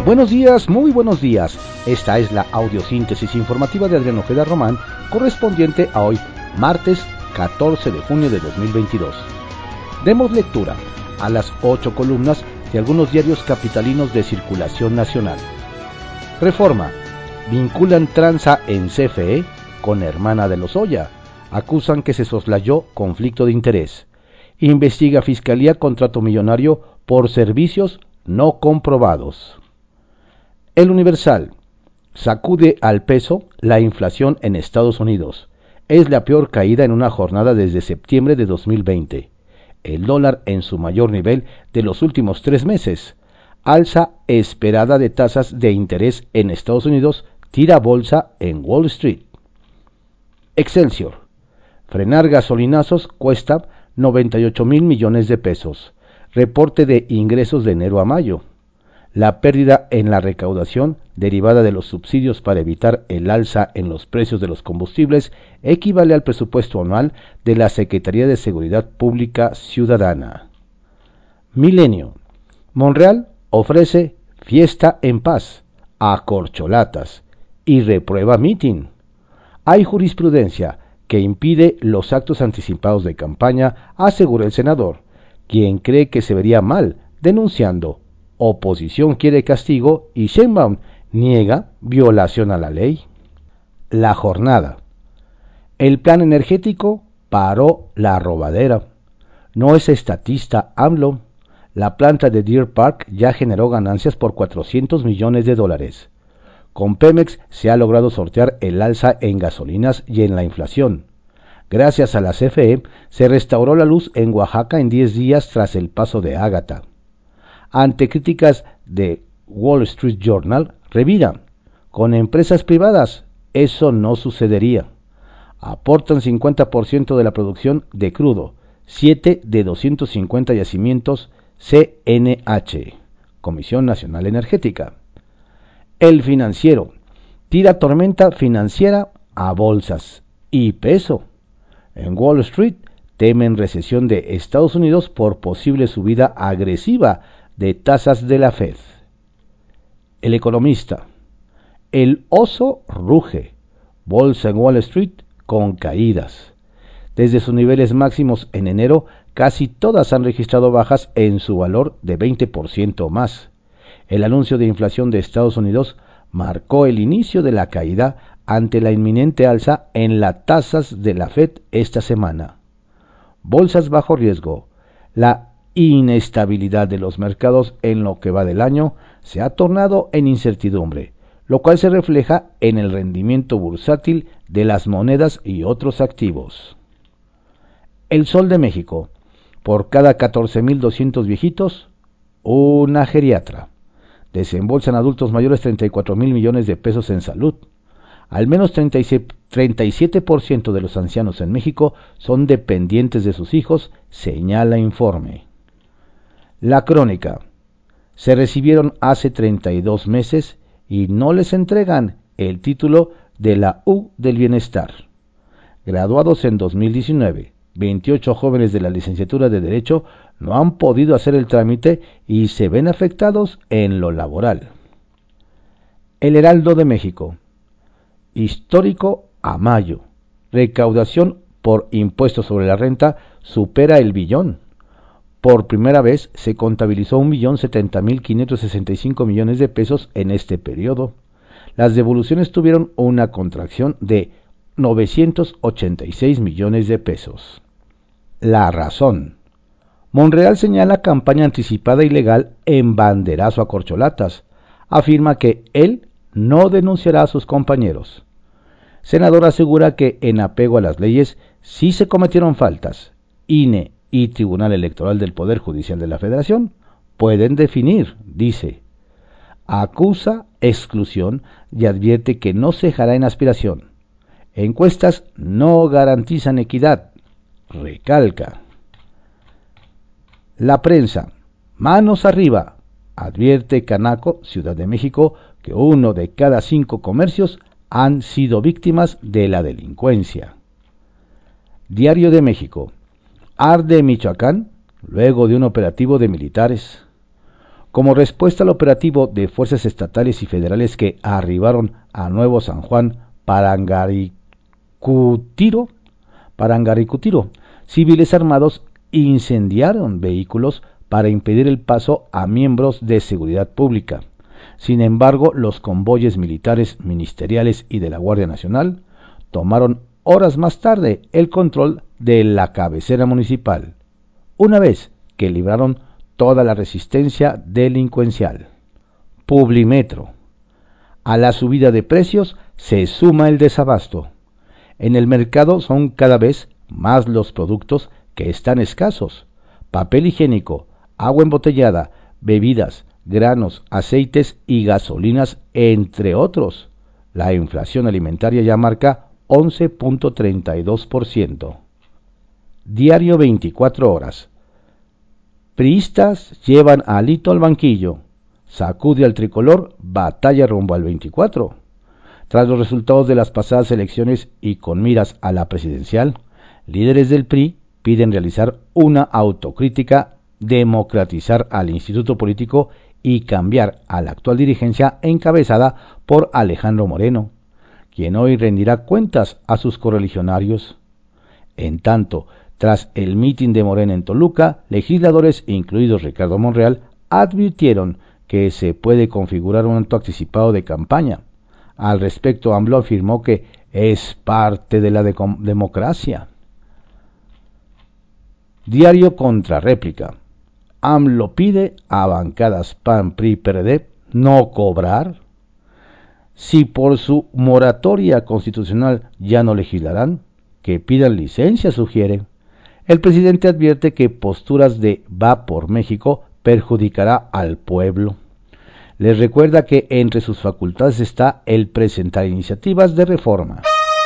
Buenos días, muy buenos días. Esta es la audiosíntesis informativa de Adrián Ojeda Román, correspondiente a hoy, martes 14 de junio de 2022. Demos lectura a las 8 columnas de algunos diarios capitalinos de circulación nacional. Reforma. Vinculan tranza en CFE con hermana de Lozoya. Acusan que se soslayó conflicto de interés. Investiga Fiscalía contrato millonario por servicios no comprobados. El Universal. Sacude al peso la inflación en Estados Unidos. Es la peor caída en una jornada desde septiembre de 2020. El dólar en su mayor nivel de los últimos 3 meses. Alza esperada de tasas de interés en Estados Unidos tira bolsa en Wall Street. Excelsior. Frenar gasolinazos cuesta 98,000 millones de pesos. Reporte de ingresos de enero a mayo. La pérdida en la recaudación derivada de los subsidios para evitar el alza en los precios de los combustibles equivale al presupuesto anual de la Secretaría de Seguridad Pública Ciudadana. Milenio. Monreal ofrece fiesta en paz a corcholatas y reprueba mitin. Hay jurisprudencia que impide los actos anticipados de campaña, asegura el senador, quien cree que se vería mal denunciando. Oposición quiere castigo y Sheinbaum niega violación a la ley. La jornada. El plan energético paró la robadera. No es estatista AMLO. La planta de Deer Park ya generó ganancias por $400 millones. Con Pemex se ha logrado sortear el alza en gasolinas y en la inflación. Gracias a la CFE se restauró la luz en Oaxaca en 10 días tras el paso de Ágata. Ante críticas de Wall Street Journal, reviran. Con empresas privadas, eso no sucedería. Aportan 50% de la producción de crudo, 7 de 250 yacimientos CNH, Comisión Nacional Energética. El Financiero. Tira tormenta financiera a bolsas y peso. En Wall Street temen recesión de Estados Unidos por posible subida agresiva de tasas de la Fed. El Economista. El oso ruge. Bolsa en Wall Street con caídas. Desde sus niveles máximos en enero, casi todas han registrado bajas en su valor de 20% o más. El anuncio de inflación de Estados Unidos marcó el inicio de la caída ante la inminente alza en las tasas de la Fed esta semana. Bolsas bajo riesgo. La inestabilidad de los mercados en lo que va del año se ha tornado en incertidumbre, lo cual se refleja en el rendimiento bursátil de las monedas y otros activos. El Sol de México. Por cada 14,200 viejitos, una geriatra. Desembolsan adultos mayores 34,000 millones de pesos en salud. Al menos 37% de los ancianos en México son dependientes de sus hijos, señala informe. La Crónica. Se recibieron hace 32 meses y no les entregan el título de la U del Bienestar. Graduados en 2019, 28 jóvenes de la licenciatura de Derecho no han podido hacer el trámite y se ven afectados en lo laboral. El Heraldo de México. Histórico a mayo. Recaudación por impuestos sobre la renta supera el billón. Por primera vez se contabilizó 1,070,565 millones de pesos en este periodo. Las devoluciones tuvieron una contracción de 986 millones de pesos. La Razón. Monreal señala campaña anticipada ilegal en banderazo a corcholatas. Afirma que él no denunciará a sus compañeros. Senador asegura que en apego a las leyes sí se cometieron faltas. INE y Tribunal Electoral del Poder Judicial de la Federación pueden definir, dice. Acusa exclusión y advierte que no cejará en aspiración. Encuestas no garantizan equidad, recalca. La Prensa. Manos arriba, advierte Canaco, Ciudad de México, que 1 de cada 5 comercios han sido víctimas de la delincuencia. Diario de México. Arde Michoacán, luego de un operativo de militares. Como respuesta al operativo de fuerzas estatales y federales que arribaron a Nuevo San Juan, Parangaricutiro, civiles armados incendiaron vehículos para impedir el paso a miembros de seguridad pública. Sin embargo, los convoyes militares, ministeriales y de la Guardia Nacional tomaron horas más tarde el control de la cabecera municipal, una vez que libraron toda la resistencia delincuencial. Publimetro. A la subida de precios se suma el desabasto. En el mercado son cada vez más los productos que están escasos: papel higiénico, agua embotellada, bebidas, granos, aceites y gasolinas, entre otros. La inflación alimentaria ya marca 11.32%. Diario 24 horas. Priistas llevan a Alito al banquillo. Sacude al tricolor, batalla rumbo al 24. Tras los resultados de las pasadas elecciones y con miras a la presidencial, líderes del PRI piden realizar una autocrítica, democratizar al instituto político y cambiar a la actual dirigencia encabezada por Alejandro Moreno, quien hoy rendirá cuentas a sus correligionarios. En tanto, tras el mitin de Morena en Toluca, legisladores, incluidos Ricardo Monreal, advirtieron que se puede configurar un acto anticipado de campaña. Al respecto, AMLO afirmó que es parte de la democracia. Diario Contrarréplica. AMLO pide a bancadas PAN, PRI, PRD no cobrar. Si por su moratoria constitucional ya no legislarán, que pidan licencia, sugiere. El presidente advierte que posturas de Va por México perjudicará al pueblo. Les recuerda que entre sus facultades está el presentar iniciativas de reforma.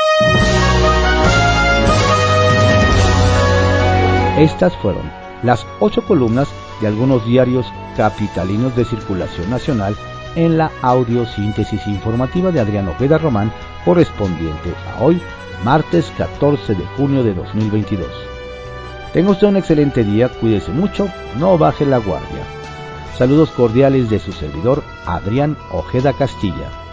Estas fueron las 8 columnas de algunos diarios capitalinos de circulación nacional en la audiosíntesis informativa de Adrián Ojeda Román, correspondiente a hoy, martes 14 de junio de 2022. Tenga usted un excelente día, cuídese mucho, no baje la guardia. Saludos cordiales de su servidor, Adrián Ojeda Castilla.